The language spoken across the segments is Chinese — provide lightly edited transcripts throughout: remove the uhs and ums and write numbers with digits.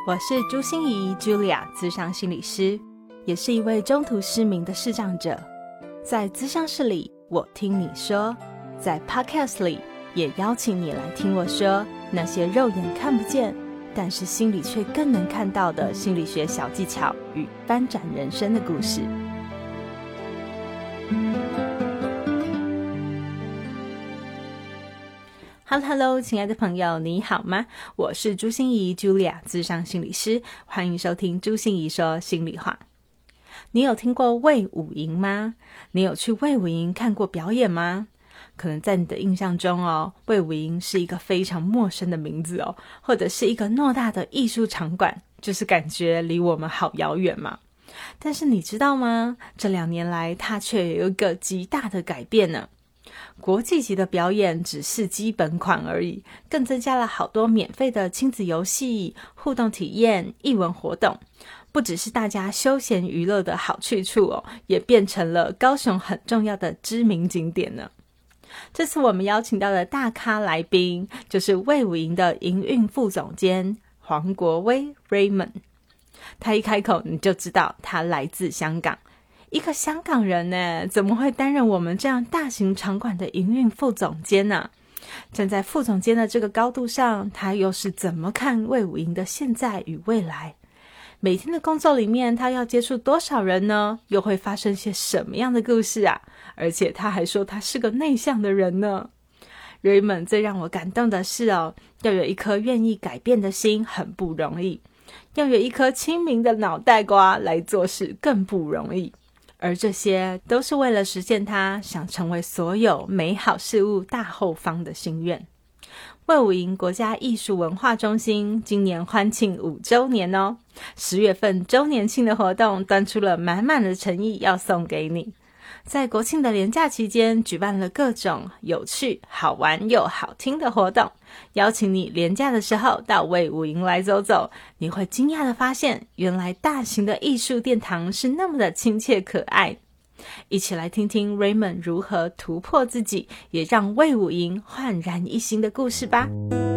我是朱心怡 Julia 諮商心理师，也是一位中途失明的视障者。在諮商室里，我听你说，在 Podcast 里也邀请你来听我说那些肉眼看不见但是心里却更能看到的心理学小技巧与翻转人生的故事。Hello， 亲爱的朋友，你好吗？我是朱心怡 Julia 諮商心理师，欢迎收听朱心怡说心里话。你有听过卫武营吗？你有去卫武营看过表演吗？可能在你的印象中卫武营是一个非常陌生的名字或者是一个偌大的艺术场馆，就是感觉离我们好遥远嘛。但是你知道吗？这2年来它却有一个极大的改变呢。国际级的表演只是基本款而已，更增加了好多免费的亲子游戏、互动体验、艺文活动，不只是大家休闲娱乐的好去处也变成了高雄很重要的知名景点呢。这次我们邀请到的大咖来宾，就是卫武营的营运副总监黄国威 Raymond。 他一开口你就知道他来自香港，一个香港人呢，怎么会担任我们这样大型场馆的营运副总监呢？站在副总监的这个高度上，他又是怎么看卫武营的现在与未来？每天的工作里面，他要接触多少人呢？又会发生些什么样的故事啊？而且他还说他是个内向的人呢。Raymond 最让我感动的是要有一颗愿意改变的心很不容易，要有一颗清明的脑袋瓜来做事更不容易，而这些都是为了实现他想成为所有美好事物大后方的心愿。卫武营国家艺术文化中心今年欢庆5周年10月份周年庆的活动端出了满满的诚意要送给你。在国庆的连假期间，举办了各种有趣、好玩又好听的活动，邀请你连假的时候到卫武营来走走，你会惊讶地发现，原来大型的艺术殿堂是那么的亲切可爱。一起来听听 Raymond 如何突破自己，也让卫武营焕然一新的故事吧。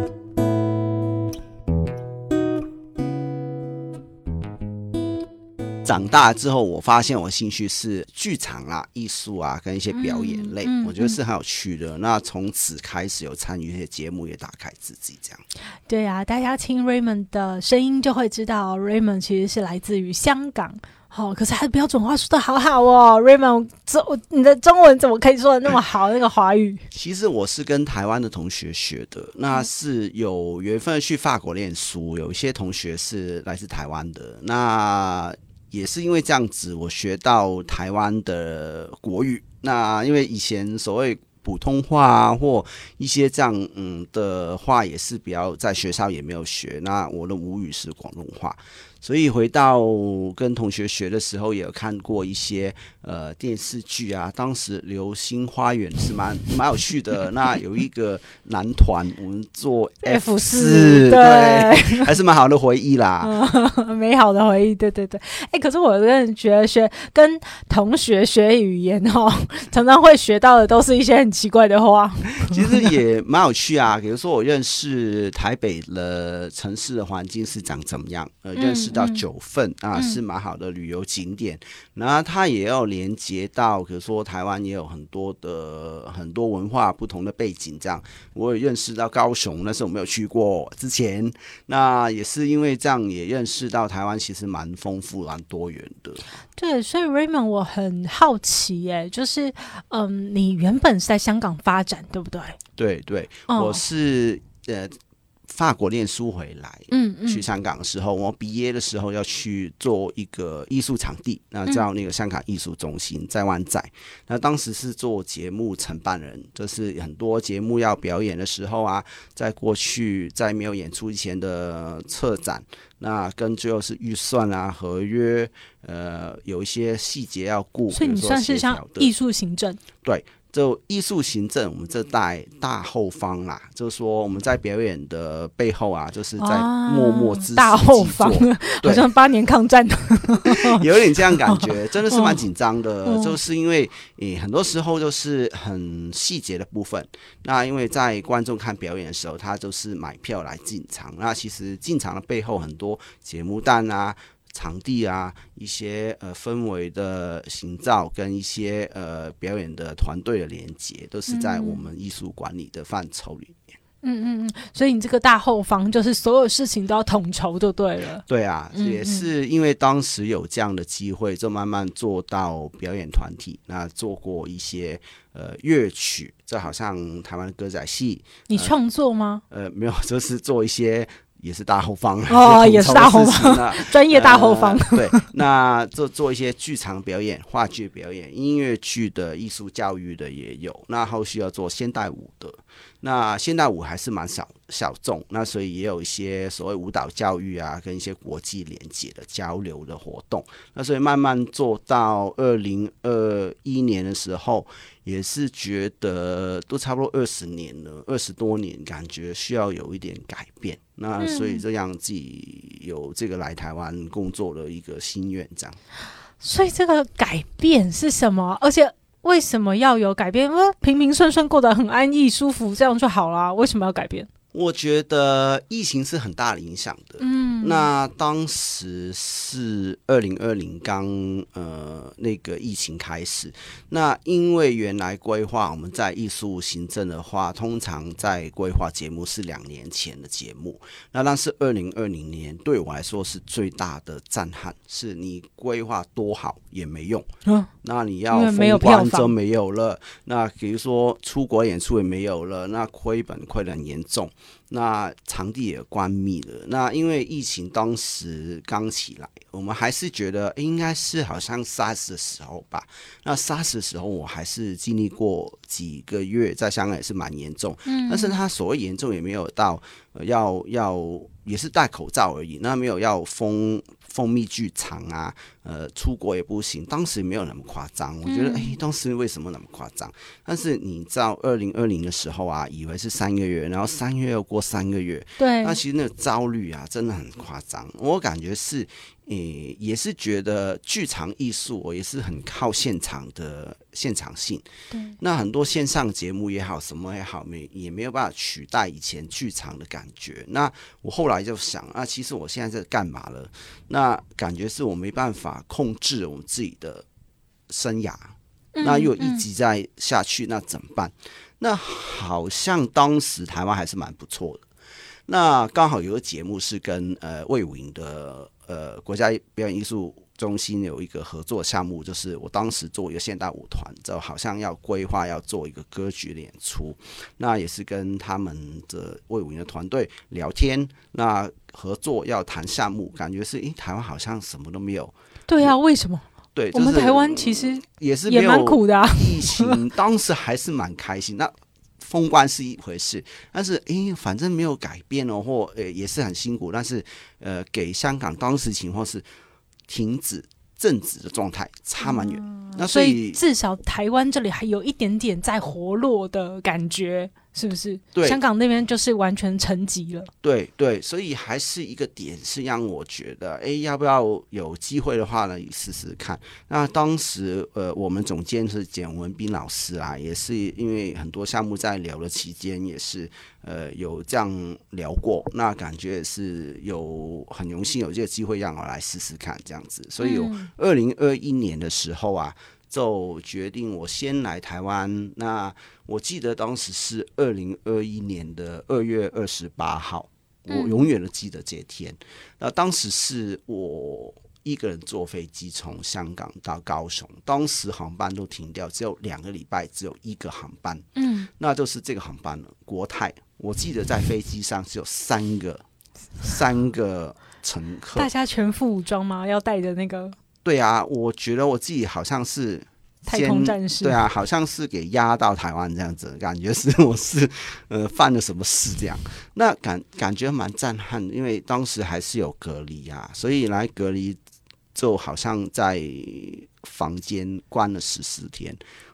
长大之后，我发现我兴趣是剧场啊、艺术啊，跟一些表演类，我觉得是很有趣的。那从此开始有参与一些节目，也打开自己这样。 对啊，大家听 Raymond 的声音就会知道 Raymond 其实是来自于香港。可是他的标准话说得好好Raymond 你的中文怎么可以说得那么好那个华语？ 其实我是跟台湾的同学学的，那是有缘分去法国念书，有一些同学是来自台湾的，那也是因为这样子我学到台湾的国语。那因为以前所谓普通话啊，或一些这样的话也是比较在学校也没有学，那我的母语是广东话，所以回到跟同学学的时候，也有看过一些电视剧啊。当时《流星花园》是蛮有趣的。那有一个男团，我们做 F4， 对，还是蛮好的回忆啦。 美好的回忆，对对对。可是我真的觉得跟同学学语言常常会学到的都是一些很奇怪的话。 其实也蛮有趣啊。比如说我认识台北的城市的环境是长怎么样，认识到九份是蛮好的旅游景点。然后它也要连接到，比如说台湾也有很多文化不同的背景，这样我也认识到高雄，那是我没有去过之前。那也是因为这样，也认识到台湾其实蛮丰富、蛮多元的。 对，所以 Raymond 我很好奇就是你原本是在香港发展，对不对？ 对对，我是法国念书回来，去香港的时候，我毕业的时候要去做一个艺术场地，那叫那个香港艺术中心，在湾仔。那当时是做节目承办人，就是很多节目要表演的时候啊，在过去在没有演出以前的策展，那跟最后是预算啊、合约，有一些细节要顾， 所以你算是像艺术行政。 对。 就艺术行政，我们这代大后方啦，就是说我们在表演的背后啊，就是在默默支持大后方，好像8年抗战有点这样感觉，真的是蛮紧张的。就是因为很多时候就是很细节的部分。那因为在观众看表演的时候，他就是买票来进场，那其实进场的背后很多节目单啊。场地啊，一些氛围的营造跟一些表演的团队的连接，都是在我们艺术管理的范畴里面。 所以你这个大后方就是所有事情都要统筹就对了。 对啊，也是因为当时有这样的机会，就慢慢做到表演团体。那做过一些乐曲，这好像台湾的歌仔戏， 你创作吗？ 没有，就是做一些。也是大后方也是大后方，专业大后方。 对，那做一些剧场表演、话剧表演、音乐剧的艺术教育的也有。那后续要做现代舞的，那现代舞还是蛮小众，那所以也有一些所谓舞蹈教育啊，跟一些国际连接的交流的活动。那所以慢慢做到2021年的时候，也是觉得都差不多20年了，20多年，感觉需要有一点改变。那所以这样自己有这个来台湾工作的一个心愿，这样。 所以这个改变是什么？而且为什么要有改变？平平顺顺过得很安逸舒服，这样就好啦，为什么要改变？ 我觉得疫情是很大的影响的。那当时是2020刚那个疫情开始，那因为原来规划我们在艺术行政的话，通常在规划节目是2年前的节目，那但是2020年对我来说是最大的震撼，是你规划多好也没用。那你要封关就没有了，那比如说出国演出也没有了，那亏本亏得很严重。那场地也关闭了。那因为疫情当时刚起来，我们还是觉得应该是好像 SARS 的时候吧。那 SARS 的时候，我还是经历过几个月，在香港也是蛮严重。但是它所谓严重也没有到也是戴口罩而已，那没有要封闭剧场啊，出国也不行，当时没有那么夸张。我觉得，当时为什么那么夸张？但是你知道，2020的时候啊，以为是3个月，然后3月又过3个月， 对， 那其实那个焦虑啊，真的很夸张。我感觉是，也是觉得剧场艺术，我也是很靠现场的现场性。 对， 那很多线上节目也好，什么也好，也没有办法取代以前剧场的感觉。那我后来就想啊，其实我现在在干嘛了？那感觉是我没办法控制我们自己的生涯，那又一直在下去，那怎么办？那好像当时台湾还是蛮不错的。那刚好有个节目是跟卫武营的国家表演艺术中心有一个合作项目，就是我当时做一个现代舞团，就好像要规划要做一个歌剧的演出，那也是跟他们的卫武营的团队聊天，那合作要谈项目，感觉是台湾好像什么都没有。 对啊，为什么？ 对， 我们台湾其实也是也蛮苦的啊。 疫情当时还是蛮开心，那封关是一回事，但是反正没有改变哦，或也是很辛苦，但是给香港当时情况是停止正止的状态，差蛮远。那所以至少台湾这里还有一点点在活络的感觉，是不是？ 对， 香港那边就是完全沉寂了。 对对，所以还是一个点是让我觉得，要不要有机会的话呢，试试看。那当时我们总监是简文彬老师啊，也是因为很多项目在聊的期间，也是有这样聊过，那感觉也是有很荣幸有这个机会让我来试试看这样子。所以2021年的时候啊，就决定我先来台湾。那我记得当时是2021年的2月28号，我永远都记得这天。那当时是我一个人坐飞机从香港到高雄，当时航班都停掉，只有2个礼拜，只有1个航班。那就是这个航班了，国泰。我记得在飞机上只有3个乘客。 大家全副武装吗？要带着那个？ 对啊，我觉得我自己好像是太空战士。 对啊，好像是给压到台湾这样子，感觉是我是犯了什么事这样。那感觉蛮震撼，因为当时还是有隔离啊，所以来隔离就好像在房间关了14天。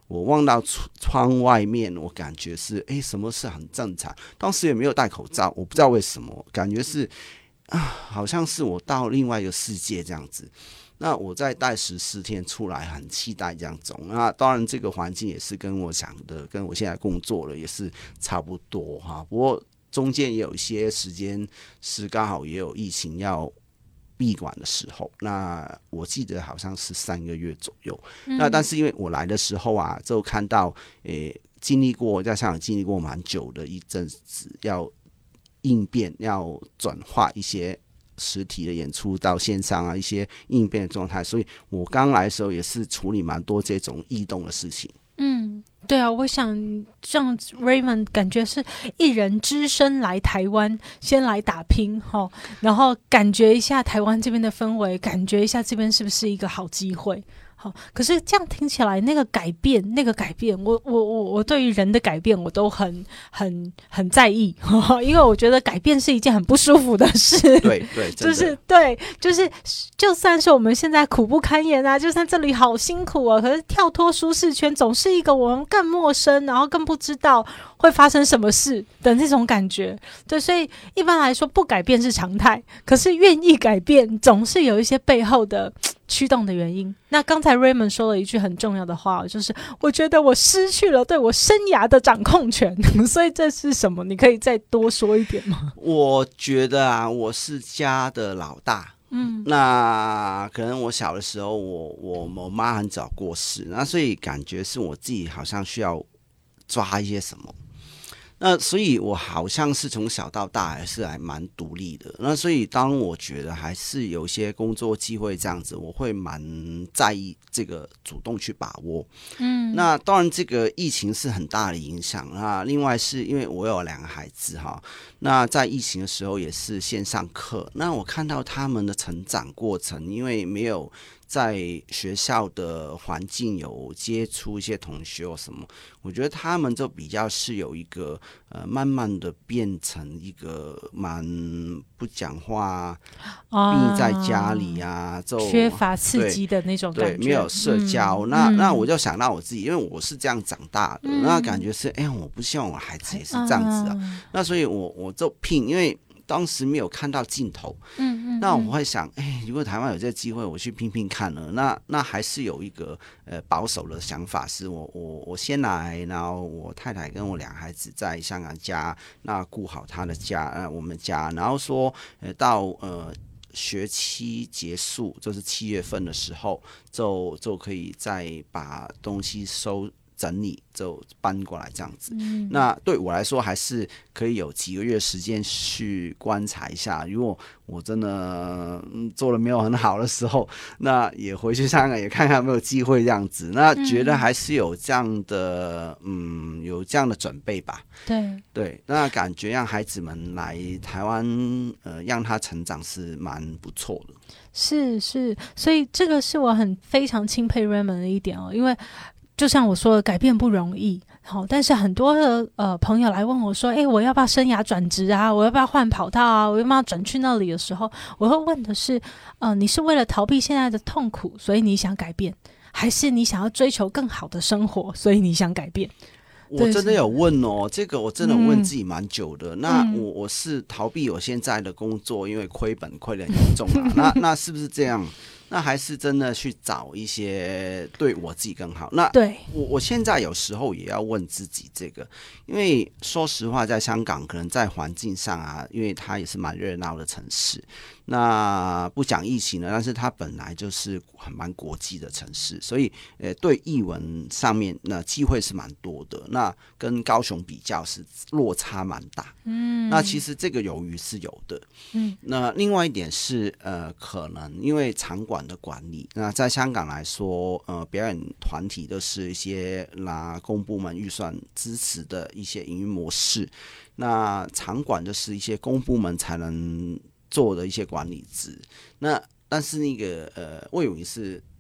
我望到窗外面，我感觉是什么是很正常。当时也没有戴口罩，我不知道为什么，感觉是好像是我到另外一个世界这样子。那我再待14天出来，很期待这样走。那当然，这个环境也是跟我想的，跟我现在工作了也是差不多哈。不过中间也有一些时间是刚好也有疫情要闭馆的时候，那我记得好像是3个月左右。那但是因为我来的时候啊，就看到经历过在香港经历过蛮久的一阵子，要应变，要转化一些实体的演出到线上啊，一些应变的状态，所以我刚来的时候也是处理蛮多这种异动的事情。 对啊，我想像 Raymond 感觉是一人只身来台湾，先来打拼然后感觉一下台湾这边的氛围，感觉一下这边是不是一个好机会。好，可是这样听起来，那个改变，我对于人的改变，我都很在意，因为我觉得改变是一件很不舒服的事。 对， 就算是我们现在苦不堪言啊，就算这里好辛苦啊，可是跳脱舒适圈，总是一个我们更陌生，然后更不知道会发生什么事的那种感觉。对，所以一般来说，不改变是常态，可是愿意改变，总是有一些背后的驱动的原因。那刚才 Raymond 说了一句很重要的话，就是我觉得我失去了对我生涯的掌控权。所以这是什么？你可以再多说一点吗？ 我觉得啊，我是家的老大。那可能我小的时候，我妈很早过世，那所以感觉是我自己好像需要抓一些什么。那所以我好像是从小到大还蛮独立的。那所以当我觉得还是有些工作机会这样子，我会蛮在意这个，主动去把握。那当然这个疫情是很大的影响啊。另外是因为我有2个孩子哈，那在疫情的时候也是线上课，那我看到他们的成长过程，因为没有在学校的环境有接触一些同学或什么，我觉得他们就比较是有一个慢慢的变成一个蛮不讲话，闭在家里啊，就缺乏刺激的那种感觉， 对，没有社交。那我就想到我自己，因为我是这样长大的，那感觉是我不希望我孩子也是这样子啊。那所以我就拼，因为当时没有看到尽头，那我会想，如果台湾有这个机会，我去拼拼看了。那还是有一个保守的想法，是我先来，然后我太太跟我2个孩子在香港家，那顾好他的家，我们家，然后说到学期结束，就是7月份的时候，就可以再把东西整理就搬过来这样子。那对我来说还是可以有几个月时间去观察一下，如果我真的做的没有很好的时候，那也回去香港也看看有没有机会这样子。那觉得还是有这样的有这样的准备吧。对，那感觉让孩子们来台湾让他成长是蛮不错的。 是，所以这个是我非常钦佩 Raymond 的一点因为就像我说的，改变不容易。但是很多的朋友来问我说，我要不要生涯转职啊？我要不要换跑道啊？我要不要转去那里的时候，我会问的是，你是为了逃避现在的痛苦，所以你想改变，还是你想要追求更好的生活，所以你想改变？ 我真的有问这个我真的问自己蛮久的。那我是逃避我现在的工作，因为亏本亏得很严重那是不是这样？那还是真的去找一些对我自己更好。那对我现在有时候也要问自己这个，因为说实话，在香港可能在环境上啊，因为它也是蛮热闹的城市。那不讲疫情了，但是它本来就是蛮国际的城市，所以对艺文上面那机会是蛮多的。那跟高雄比较是落差蛮大。那其实这个鱿鱼是有的。那另外一点是可能因为场馆的管理，那在香港来说表演团体都是一些拿公部门预算支持的一些营运模式，那场馆就是一些公部门才能做的一些管理职。那但是那个魏武营是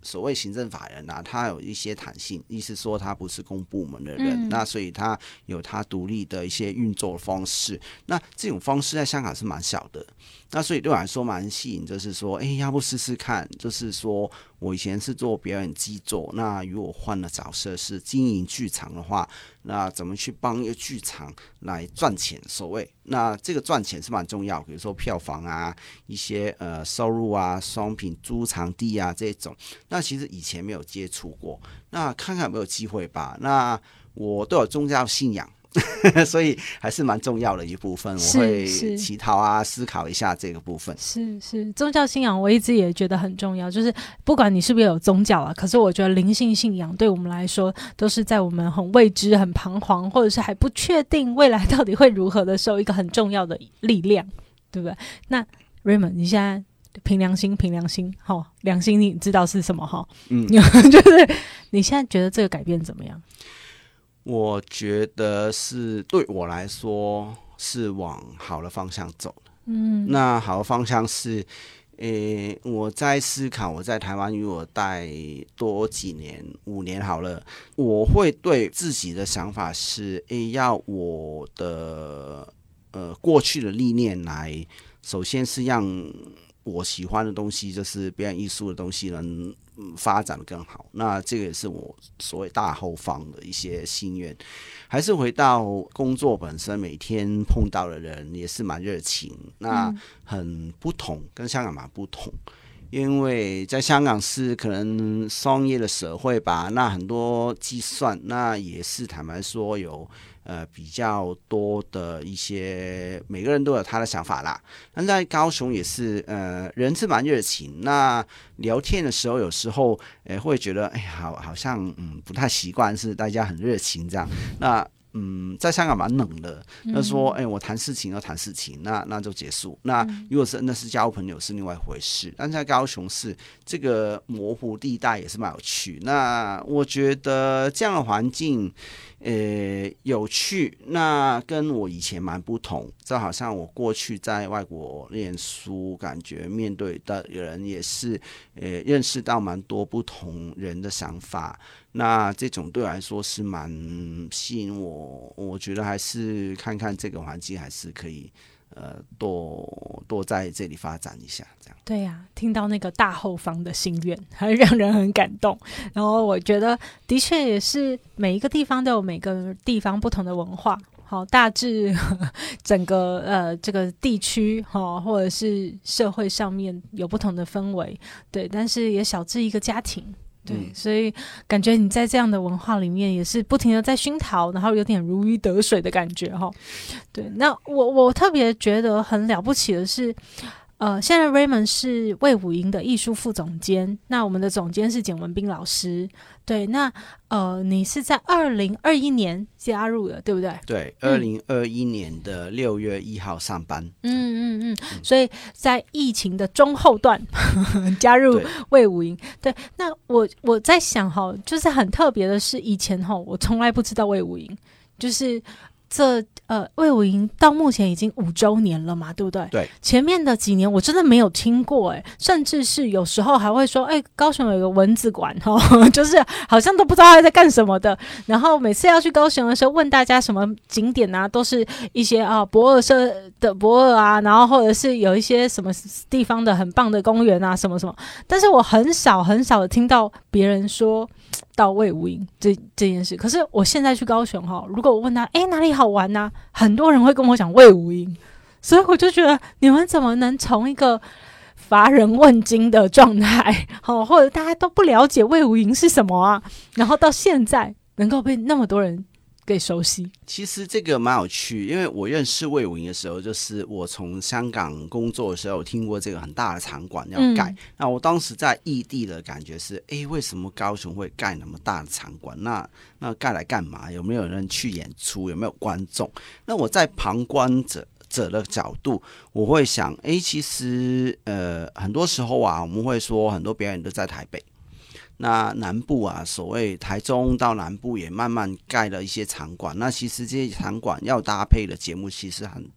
所谓行政法人啊，他有一些弹性，意思说他不是公部门的人，那所以他有他独立的一些运作方式。那这种方式在香港是蛮小的，那所以对我来说蛮吸引，就是说，要不试试看？就是说我以前是做表演基座，那如果换了角色是经营剧场的话，那怎么去帮一个剧场来赚钱？所谓那这个赚钱是蛮重要，比如说票房啊，一些收入啊，商品租场地啊这种。那其实以前没有接触过，那看看有没有机会吧。那我都有宗教信仰。所以还是蛮重要的一部分，我会祈祷啊，思考一下这个部分。 是宗教信仰，我一直也觉得很重要。就是不管你是不是有宗教啊，可是我觉得灵性信仰对我们来说，都是在我们很未知、很彷徨，或者是还不确定未来到底会如何的时候，一个很重要的力量，对不对？那 Raymond， 你现在凭良心，良心你知道是什么哈？就是你现在觉得这个改变怎么样？ 我觉得是对我来说是往好的方向走的。那好的方向是，我在思考，我在台湾如果待多几年，5年好了，我会对自己的想法是，要我的过去的历练来，首先是让我喜欢的东西，就是表演艺术的东西能发展得更好。那这个也是我所谓大后方的一些心愿。还是回到工作本身，每天碰到的人也是蛮热情，那很不同，跟香港蛮不同。因为在香港是可能商业的社会吧，那很多计算，那也是坦白说有比较多的一些，每个人都有他的想法啦。但在高雄也是人是蛮热情，那聊天的时候有时候会觉得好像不太习惯是大家很热情这样。那在香港蛮冷的，那说我谈事情要谈事情，那就结束。那如果是真的是交朋友是另外一回事，但在高雄是这个模糊地带也是蛮有趣。那我觉得这样的环境有趣，那跟我以前蛮不同。就好像我过去在外国念书，感觉面对的人也是认识到蛮多不同人的想法。那这种对我来说是蛮吸引我觉得还是看看这个环境还是可以多在这里发展一下这样。 对呀，听到那个大后方的心愿还让人很感动。然后我觉得的确也是每一个地方都有每个地方不同的文化，好，大致整个这个地区或者是社会上面有不同的氛围，对，但是也小至一个家庭。对，所以感觉你在这样的文化里面也是不停的在熏陶，然后有点如鱼得水的感觉哈。对，那我特别觉得很了不起的是，现在 Raymond 是卫武营的艺术副总监，那我们的总监是简文彬老师。对，那你是在2021年加入的，对不对？ 对，2021年的6月1号上班。 所以在疫情的中后段加入卫武营。对，那我在想就是很特别的是，以前我从来不知道卫武营，就是这卫武营到目前已经5周年了嘛，对不对？ 对， 前面的几年我真的没有听过甚至是有时候还会说高雄有一个蚊子馆就是好像都不知道他在干什么的。然后每次要去高雄的时候，问大家什么景点啊，都是一些博尔社的博尔啊，然后或者是有一些什么地方的很棒的公园啊，什么什么。但是我很少的听到别人说到卫武营这件事。可是我现在去高雄如果我问他哪里好玩啊，很多人会跟我讲卫武营。所以我就觉得你们怎么能从一个乏人问津的状态或者大家都不了解卫武营是什么啊，然后到现在能够被那么多人给熟悉。 其实这个蛮有趣，因为我认识卫武营的时候，就是我从香港工作的时候，有听过这个很大的场馆要盖。那我当时在异地的感觉是，为什么高雄会盖那么大的场馆？那盖来干嘛？有没有人去演出？有没有观众？那我在旁观者的角度，我会想，其实很多时候我们会说很多表演都在台北。那南部所谓台中到南部也慢慢盖了一些场馆，那其实这些场馆要搭配的节目其实很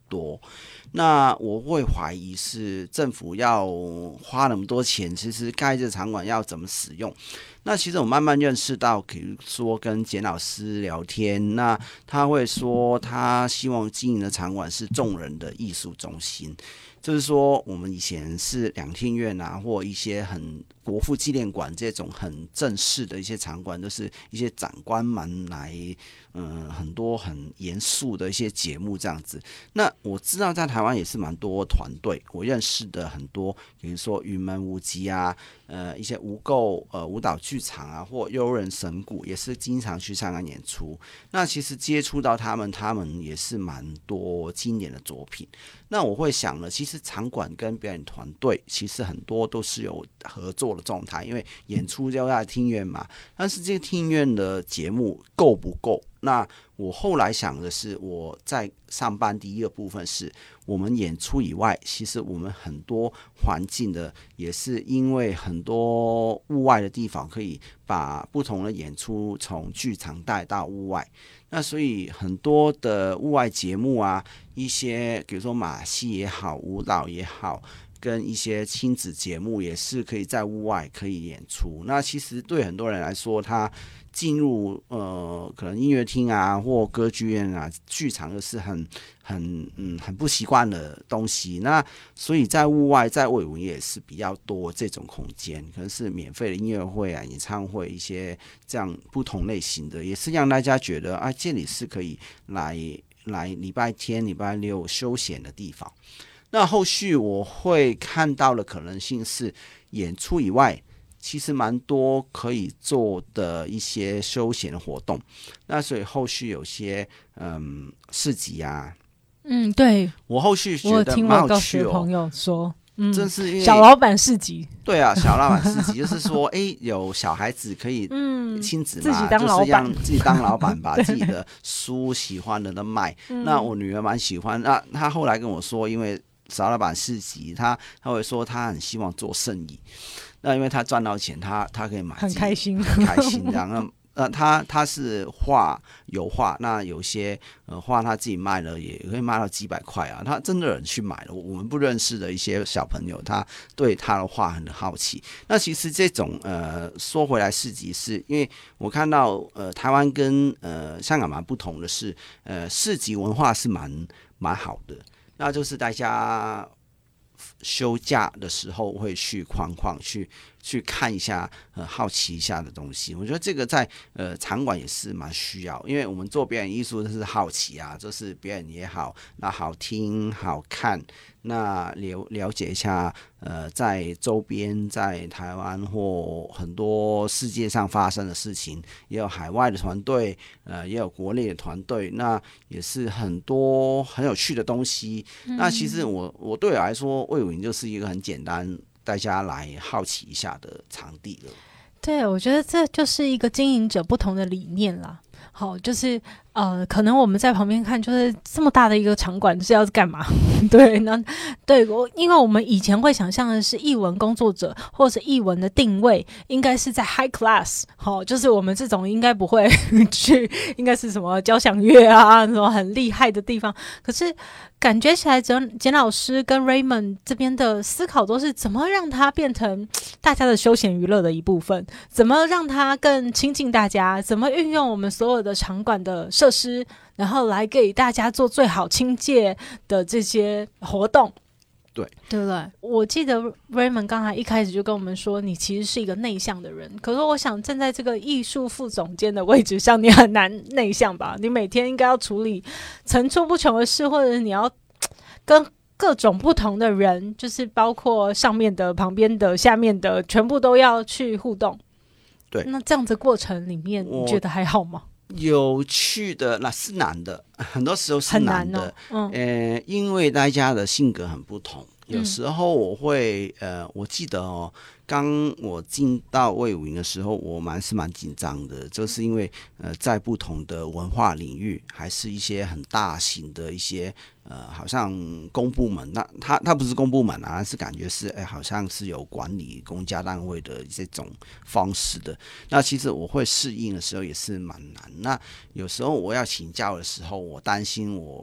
多。那我会怀疑是政府要花那么多钱，其实盖这场馆要怎么使用？那其实我慢慢认识到，比如说跟简老师聊天，那他会说他希望经营的场馆是众人的艺术中心，就是说我们以前是两厅院啊，或一些很国父纪念馆这种很正式的一些场馆，都是一些长官们来很多很严肃的一些节目这样子。那我知道在台湾也是蛮多团队，我认识的很多，比如说云门舞集啊，一些无垢舞蹈剧场啊，或悠人神鼓也是经常去香港演出。那其实接触到他们也是蛮多经典的作品。那我会想呢，其实场馆跟表演团队其实很多都是有合作的状态，因为演出就在厅院嘛。但是这个厅院的节目够不够？那我后来想的是，我在上班第一个部分是我们演出以外，其实我们很多环境的也是因为很多户外的地方可以把不同的演出从剧场带到户外。那所以很多的户外节目啊，一些比如说马戏也好，舞蹈也好，跟一些亲子节目也是可以在户外可以演出。那其实对很多人来说，他进入可能音乐厅啊或歌剧院啊剧场就是很不习惯的东西。那所以在户外在卫武营也是比较多这种空间，可能是免费的音乐会啊演唱会，一些这样不同类型的，也是让大家觉得啊这里是可以来礼拜天礼拜六休闲的地方。那后续我会看到的可能性是演出以外其实蛮多可以做的一些休闲的活动。那所以后续有些市集啊， 对， 我后续觉我得蛮听我告有趣哦。 诉朋友说， 真是因为小老板市集， 对啊，小老板市集就是说，有小孩子可以亲子嘛， 自己当老板就是让自己当老板，把自己的书喜欢的都卖。那我女儿蛮喜欢，那她后来跟我说，因为小老板市集，她会说她很希望做生意。那因为他赚到钱，他可以买， 很开心， 很开心这样。他是油画，那有些画他自己卖了，也可以卖到几百块啊。他真的有人去买了，我们不认识的一些小朋友，他对他的画很好奇。那其实这种说回来市集是，因为我看到台湾跟香港蛮不同的是，市集文化是蛮好的，那就是大家休假的时候会去逛逛，去看一下，好奇一下的东西。我觉得这个在场馆也是蛮需要，因为我们做表演艺术就是好奇啊，就是表演也好，那好听好看，那了解一下在周边在台湾或很多世界上发生的事情，也有海外的团队，也有国内的团队，那也是很多很有趣的东西。那其实我对我来说，卫武营就是一个很简单，大家来好奇一下的场地了。 对，我觉得这就是一个经营者不同的理念啦。好，就是可能我们在旁边看，就是这么大的一个场馆是要干嘛？对，那对因为我们以前会想象的是艺文工作者或者艺文的定位应该是在 high class， 好，就是我们这种应该不会去，应该是什么交响乐啊，什么很厉害的地方。可是感觉起来简老师跟 Raymond 这边的思考都是怎么让它变成大家的休闲娱乐的一部分，怎么让它更亲近大家，怎么运用我们所有的场馆的设施，然后来给大家做最好亲切的这些活动。对不对？我记得 Raymond 刚才一开始就跟我们说，你其实是一个内向的人。可是我想站在这个艺术副总监的位置上，你很难内向吧？你每天应该要处理层出不穷的事，或者你要跟各种不同的人，就是包括上面的、旁边的、下面的，全部都要去互动。 对， 那这样子过程里面，你觉得还好吗？ 有趣的那是难的，很多时候是难的，因为大家的性格很不同。有时候我会我记得刚我进到卫武营的时候，我是蛮紧张的，就是因为在不同的文化领域，还是一些很大型的一些好像公部门，那它不是公部门啊，是感觉是好像是有管理公家单位的这种方式的。那其实我会适应的时候也是蛮难。那有时候我要请教的时候，我担心我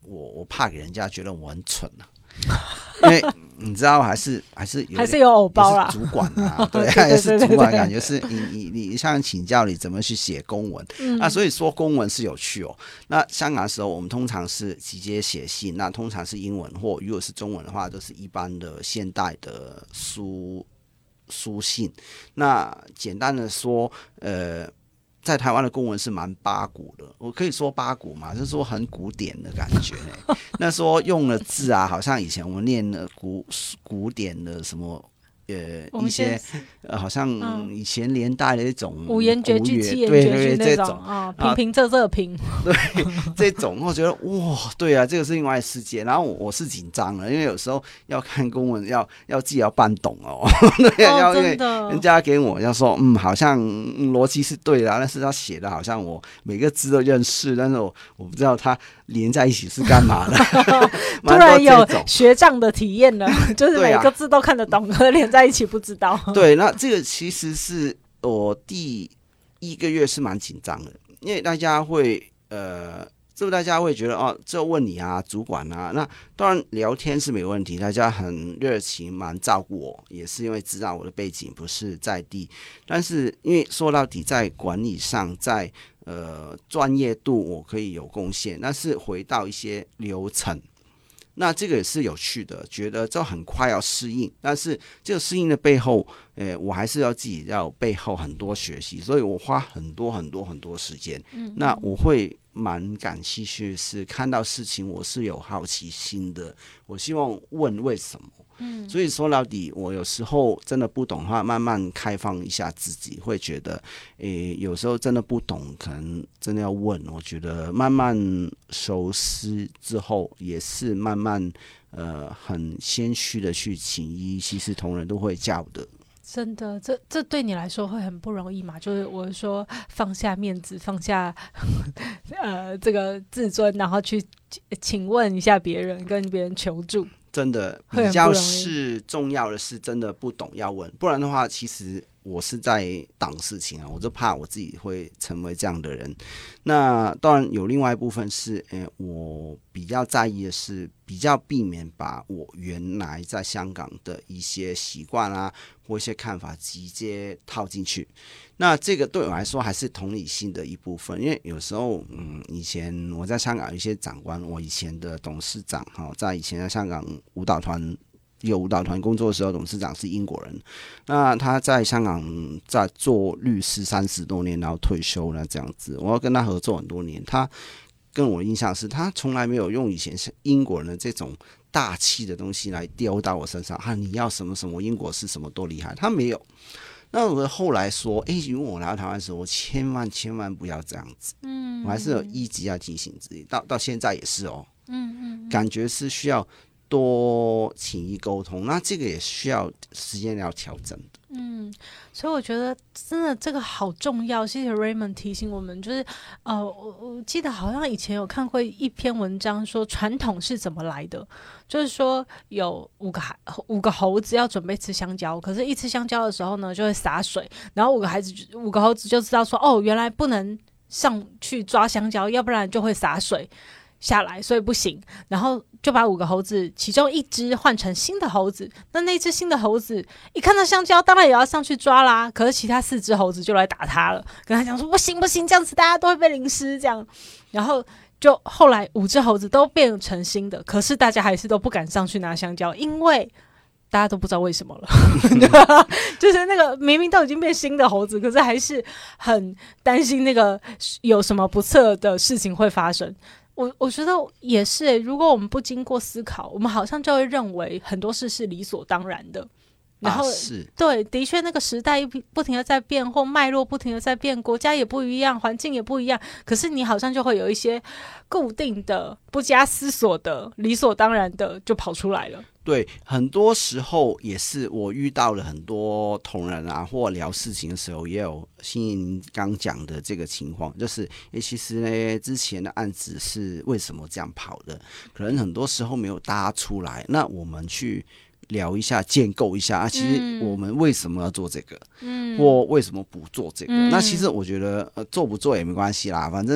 我怕给人家觉得我很蠢啊，因为你知道还是有偶包啦， 主管啊，对，还是主管，感觉是你像请教你怎么去写公文，那所以说公文是有趣哦。那香港的时候，我们通常是直接写信，那通常是英文或如果是中文的话，都是一般的现代的书信。那简单的说，在台湾的公文是蛮八股的，我可以说八股嘛，就是说很古典的感觉。那说用的字啊，好像以前我们念的古典的什么。一些好像以前年代的一种五言绝句、七言绝句那种啊，平平仄仄平， 对这种我觉得哇，对啊，这个是另外世界。然后我是紧张了，因为有时候要看公文，要自己要办懂哦，对啊，因为人家给我要说好像逻辑是对的，但是他写的好像我每个字都认识，但是我不知道他连在一起是干嘛的。 突然有学长的体验了，就是每个字都看得懂，可连在一起不知道。 对，那这个其实是我第1个月是蛮紧张的，因为大家会大家会觉得这问你啊，主管啊，那当然聊天是没问题，大家很热情，蛮照顾我，也是因为知道我的背景不是在地，但是因为说到底在管理上，在专业度我可以有贡献，但是回到一些流程。那这个也是有趣的，觉得这很快要适应，但是这个适应的背后，我还是要自己要背后很多学习，所以我花很多时间。那我会蛮感兴趣，是看到事情我是有好奇心的，我希望问为什么。所以说到底，我有时候真的不懂的话，慢慢开放一下自己，会觉得，有时候真的不懂，可能真的要问。我觉得慢慢熟悉之后，也是慢慢很谦虚的去请医，其实同仁都会叫的。 真的，这对你来说会很不容易嘛？就是我说放下面子，放下这个自尊，然后去请问一下别人，跟别人求助。 真的比较是重要的是真的不懂要问，不然的话其实我是在挡事情啊，我就怕我自己会成为这样的人。那当然有另外一部分是我比较在意的是比较避免把我原来在香港的一些习惯啊或一些看法直接套进去。那这个对我来说还是同理心的一部分，因为有时候以前我在香港有一些长官，我以前的董事长在以前在香港舞蹈团工作的时候，董事长是英国人，那他在香港在做律师30多年，然后退休了这样子，我要跟他合作很多年，他跟我的印象是他从来没有用以前英国人的这种大气的东西来丢到我身上，你要什么什么英国是什么多厉害，他没有。那我后来说，如果我来到台湾的时候，我千万不要这样子。我还是有一直要提醒自己，到现在也是哦。感觉是需要多请益沟通，那这个也需要时间要调整的。 所以我觉得真的这个好重要，谢谢 Raymond 提醒我们。就是我记得好像以前有看过一篇文章说传统是怎么来的，就是说有五个猴子要准备吃香蕉，可是一吃香蕉的时候呢就会洒水，然后五个猴子就知道说原来不能上去抓香蕉，要不然就会洒水下来，所以不行，然后就把5个猴子其中一只换成新的猴子，那只新的猴子一看到香蕉当然也要上去抓啦，可是其他4只猴子就来打他了，跟他讲说不行，这样子大家都会被淋湿这样，然后就后来5只猴子都变成新的，可是大家还是都不敢上去拿香蕉，因为大家都不知道为什么了就是那个明明都已经变新的猴子，可是还是很担心那个有什么不测的事情会发生。我觉得也是如果我们不经过思考，我们好像就会认为很多事是理所当然的。然后对，的确那个时代不停的在变，或脉络不停的在变，国家也不一样，环境也不一样，可是你好像就会有一些固定的不加思索的理所当然的就跑出来了。 对，很多时候也是我遇到了很多同仁啊，或聊事情的时候，也有心怡刚讲的这个情况，就是其实呢，之前的案子是为什么这样跑的，可能很多时候没有搭出来，那我们去聊一下，建构一下其实我们为什么要做这个，或为什么不做这个？那其实我觉得做不做也没关系啦，反正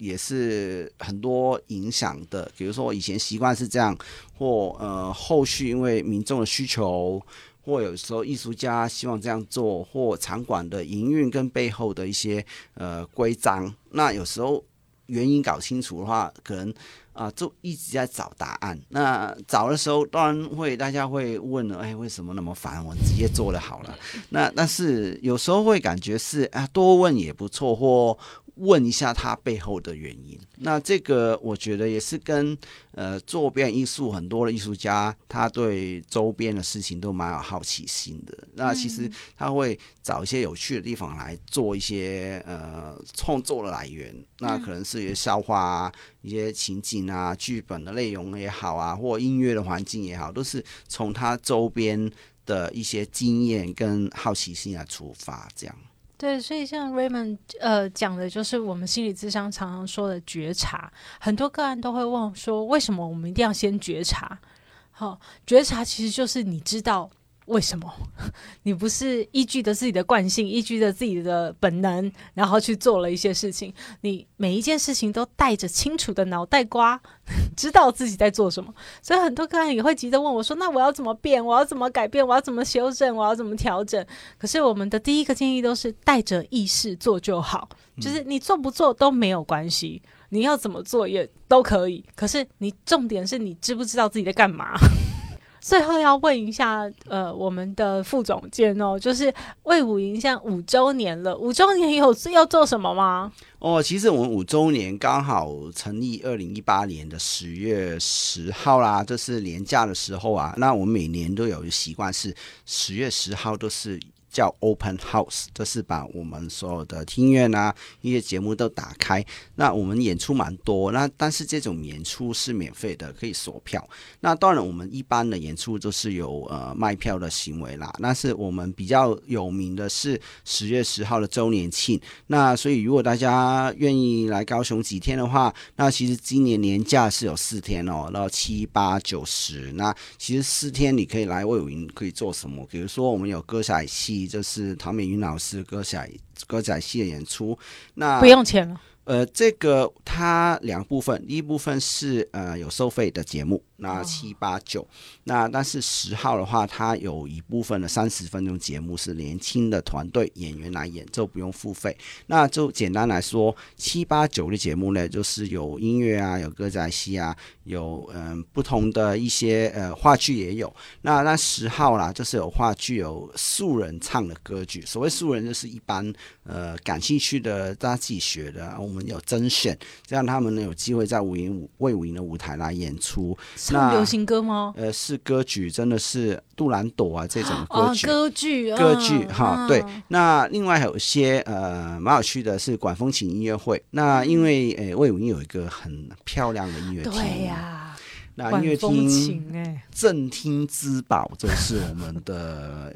也是很多影响的，比如说我以前习惯是这样，或后续因为民众的需求，或有时候艺术家希望这样做，或场馆的营运跟背后的一些规章，那有时候原因搞清楚的话，可能就一直在找答案。那找的时候，当然大家会问了，为什么那么烦？我直接做了好了。但是有时候会感觉是多问也不错，或问一下它背后的原因。那这个我觉得也是跟做表演艺术很多的艺术家，他对周边的事情都蛮有好奇心的。那其实他会找一些有趣的地方来做一些创作的来源。那可能是一些笑话啊，一些情景啊，剧本的内容也好啊，或音乐的环境也好，都是从他周边的一些经验跟好奇心来出发，这样。 对，所以像 Raymond 讲的就是我们心理咨商常常说的觉察，很多个案都会问说，为什么我们一定要先觉察？觉察其实就是你知道为什么，你不是依据着自己的惯性，依据着自己的本能，然后去做了一些事情，你每一件事情都带着清楚的脑袋瓜，知道自己在做什么。所以很多个案也会急着问我说，那我要怎么变？我要怎么改变？我要怎么修正？我要怎么调整？可是我们的第一个建议都是带着意识做就好，就是你做不做都没有关系，你要怎么做也都可以，可是你重点是你知不知道自己在干嘛。最后要问一下我们的副总监就是卫武营现在5周年了，5周年要做什么吗？ 其实我们5周年刚好成立2018年的10月10号啦，这是年假的时候啊。那我们每年都有习惯是10月10号都是叫 Open House， 这是把我们所有的听院啊一些节目都打开。那我们演出蛮多，但是这种演出是免费的，可以锁票。那当然我们一般的演出都是有卖票的行为啦。但是我们比较有名的是10月10号的周年庆。那所以如果大家愿意来高雄几天的话，那其实今年年假是有4天然后7、8、9、10。那其实4天你可以来卫武营可以做什么？比如说我们有歌仔戏，就是唐美云老师歌仔戏的演出，那不用钱了。 这个它2部分，第一部分是有收费的节目，那7、8、9，那但是10号的话，它有一部分的30分钟节目是年轻的团队演员来演，就不用付费。那就简单来说，7、8、9的节目呢，就是有音乐啊，有歌仔戏啊，有不同的一些话剧也有。那10号啦，就是有话剧，有素人唱的歌剧。所谓素人，就是一般感兴趣的大家自己学的，我们有甄选，这样他们有机会在卫武营的舞台来演出。 唱流行歌吗？ 是歌剧，真的是杜兰朵啊这种歌剧。 歌剧哈，对。那另外还有一些蛮有趣的是管风琴音乐会。那因为卫武营有一个很漂亮的音乐厅， 对呀， 那音乐厅镇厅之宝就是我们的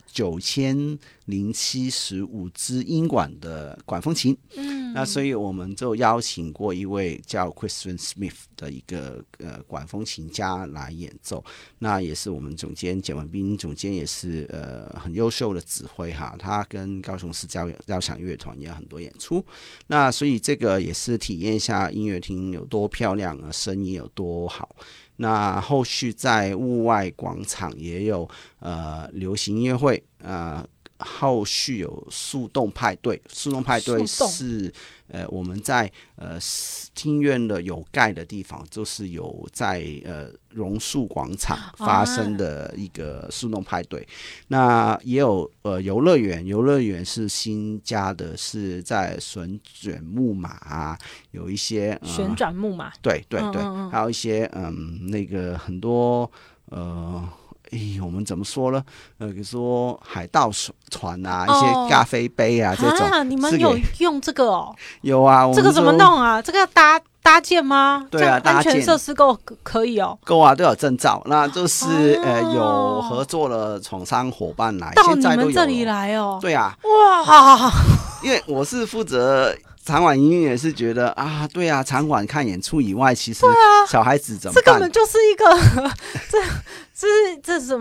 9075支音管的管风琴。那所以我们就邀请过一位叫 Christian Smith 的一个管风琴家来演奏。那也是我们总监简文彬总监也是很优秀的指挥哈，他跟高雄市交响乐团也有很多演出。那所以这个也是体验一下音乐厅有多漂亮啊，声音有多好。那后续在户外广场也有流行音乐会，后续有速冻派对。速冻派对是我们在厅院的有盖的地方，就是有在榕树广场发生的一个速冻派对。那也有游乐园是新加的，是在旋转木马啊，有一些旋转木马， 对，还有一些那个很多我们怎么说呢？比如说海盗船啊，一些咖啡杯啊这种。 你们有用这个哦？ 有啊， 这个怎么弄啊？这个要搭建吗？ 对啊， 安全设施可以哦。 够啊，都有证照。那就是有合作的厂商伙伴来， 到现在都有你们这里来哦。 对啊， 哇！因为我是负责场馆营运，也是觉得对啊，场馆看演出以外，其实小孩子怎么办？ 这根本就是一个这是怎么样？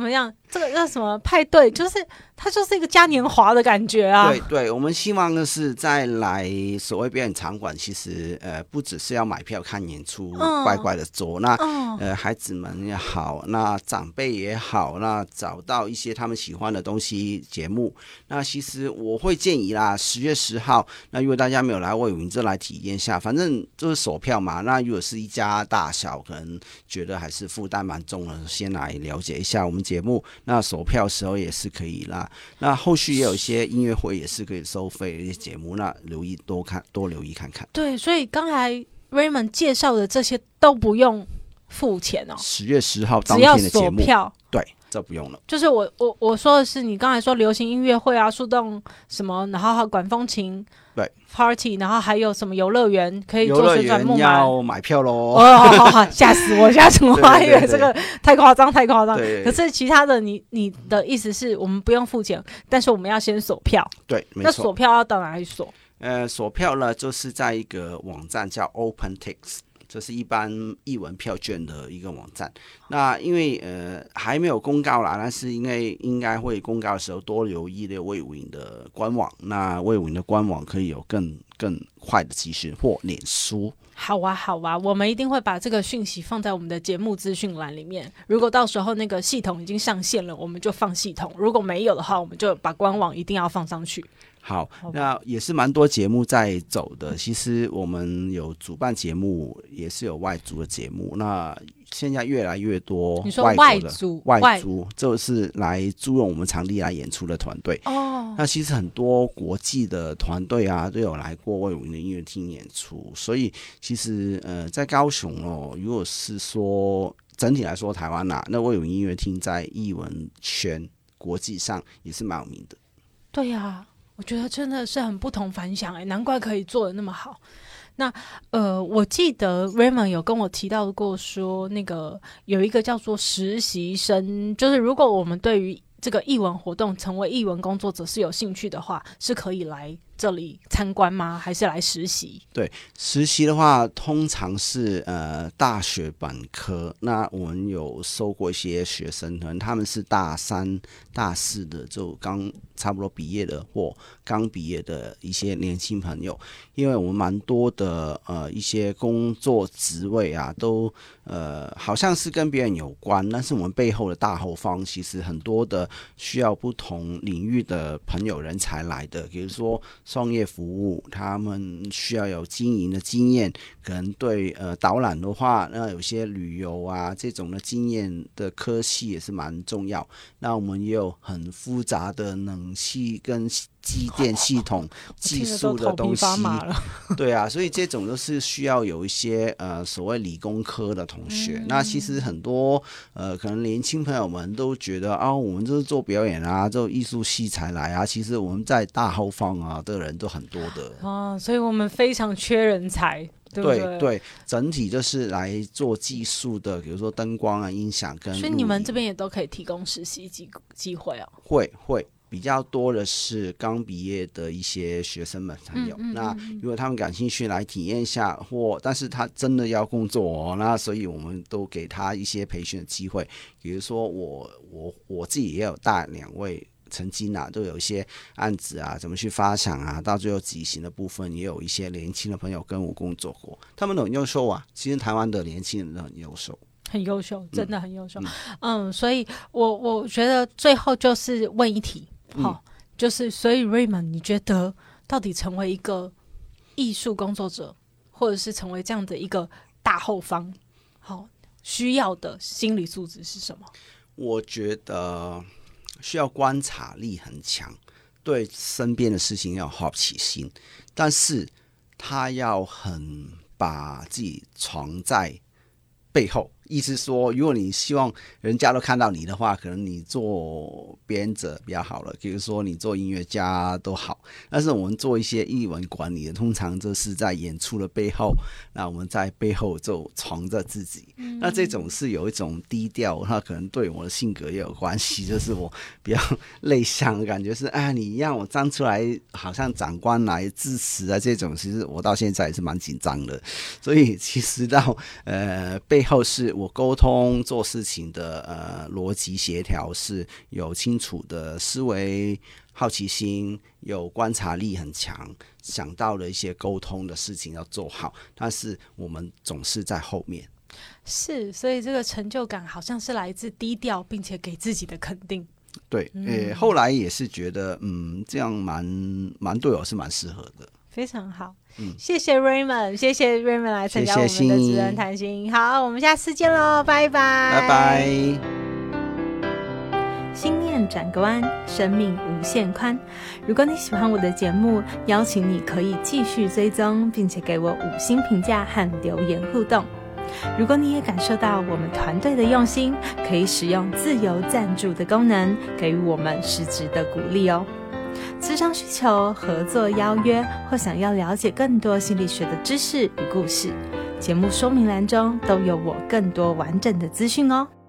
这个叫什么派对，就是它就是一个嘉年华的感觉啊。 对对，我们希望的是再来所谓表演场馆，其实不只是要买票看演出，乖乖的做。那孩子们也好，那长辈也好，那找到一些他们喜欢的东西节目。那其实我会建议啦，10月10号，那如果大家没有来魏武营，就来体验一下，反正就是售票嘛。那如果是一家大小，可能觉得还是负担蛮重的，先来了解一下我们节目。那售票的时候也是可以啦。那后续也有一些音乐会也是可以收费的一些节目，那多留意看看。 对，所以刚才 Raymond 介绍的这些都不用付钱哦。 10月10号当天的节目， 只要锁票。 对，这不用了。 就是我说的是，你刚才说流行音乐会啊、树洞什么，然后还有管风琴。 对 ，party， 然后还有什么游乐园可以坐旋转木马？ 要买票喽！ 哦，吓死我！我还以为这个太夸张。可是其他的你的意思是我们不用付钱，但是我们要先锁票。 对，没错。 那锁票要到哪里锁？ 锁票呢，就是在一个网站叫 OpenTix。这是一般艺文票券的一个网站。那因为还没有公告啦，但是应该会公告的时候多留意的魏武营的官网。那魏武营的官网可以有更快的资讯或脸书。 好啊，我们一定会把这个讯息放在我们的节目资讯栏里面。如果到时候那个系统已经上线了，我们就放系统；如果没有的话，我们就把官网一定要放上去。 好，那也是蛮多节目在走的。其实我们有主办节目，也是有外租的节目。那现在越来越多你说外租就是来租用我们场地来演出的团队。那其实很多国际的团队啊都有来过魏武营的音乐厅演出，所以其实在高雄如果是说整体来说台湾那魏武营音乐厅在艺文圈国际上也是蛮有名的。 对啊，我觉得真的是很不同凡响难怪可以做得那么好。那我记得 Raymond 有跟我提到过说，那个有一个叫做实习生，就是如果我们对于这个艺文活动成为艺文工作者是有兴趣的话，是可以来这里参观吗？还是来实习？ 对，实习的话通常是大学本科。那我们有收过一些学生，可能他们是大3、大4的，就刚差不多毕业的或刚毕业的一些年轻朋友。因为我们蛮多的一些工作职位啊，都好像是跟别人有关，但是我们背后的大后方其实很多的需要不同领域的朋友人才来的，比如说创业服务，他们需要有经营的经验，可能对导览的话，那有些旅游啊这种的经验的科系也是蛮重要。那我们也有很复杂的冷气跟机电系统技术的东西，对啊，所以这种都是需要有一些所谓理工科的同学。那其实很多可能年轻朋友们都觉得我们就是做表演啊，做艺术系才来啊。其实我们在大后方的人都很多的所以我们非常缺人才。对不对？ 对，整体就是来做技术的，比如说灯光啊、音响跟录影。 所以你们这边也都可以提供实习机会哦。 会比较多的是刚毕业的一些学生们才有。那如果他们感兴趣来体验一下，但是他真的要工作那所以我们都给他一些培训的机会。比如说我自己也有带2位。曾经都有一些案子怎么去发想到最后执行的部分，也有一些年轻的朋友跟我工作过，他们都很优秀其实台湾的年轻人都很优秀， 真的很优秀。所以我觉得最后就是问一题，就是所以 Raymond， 你觉得到底成为一个艺术工作者，或者是成为这样的一个大后方，需要的心理素质是什么？ 我觉得需要观察力很强，对身边的事情要有好奇心，但是他要很把自己藏在背后。意思说，如果你希望人家都看到你的话，可能你做编者比较好了，比如说你做音乐家都好。但是我们做一些艺文管理的，通常就是在演出的背后，那我们在背后就藏着自己。那这种是有一种低调，那可能对我的性格也有关系，就是我比较内向的感觉是，你让我站出来，好像长官来致辞这种，其实我到现在也是蛮紧张的。所以其实到背后是我沟通做事情的逻辑协调是有清楚的思维、好奇心，有观察力很强，想到了一些沟通的事情要做好，但是我们总是在后面。 是，所以这个成就感好像是来自低调并且给自己的肯定。 对，后来也是觉得这样蛮对我是蛮适合的。 非常好，谢谢 Raymond， 谢谢 Raymond 来参加我们的职人谈心。好，我们下次见喽，拜拜， 拜拜。 心念转个弯，生命无限宽。如果你喜欢我的节目，邀请你可以继续追踪，并且给我5星评价和留言互动。如果你也感受到我们团队的用心，可以使用自由赞助的功能，给予我们实质的鼓励哦。咨商需求、合作邀约，或想要了解更多心理学的知识与故事，节目说明栏中都有我更多完整的资讯哦。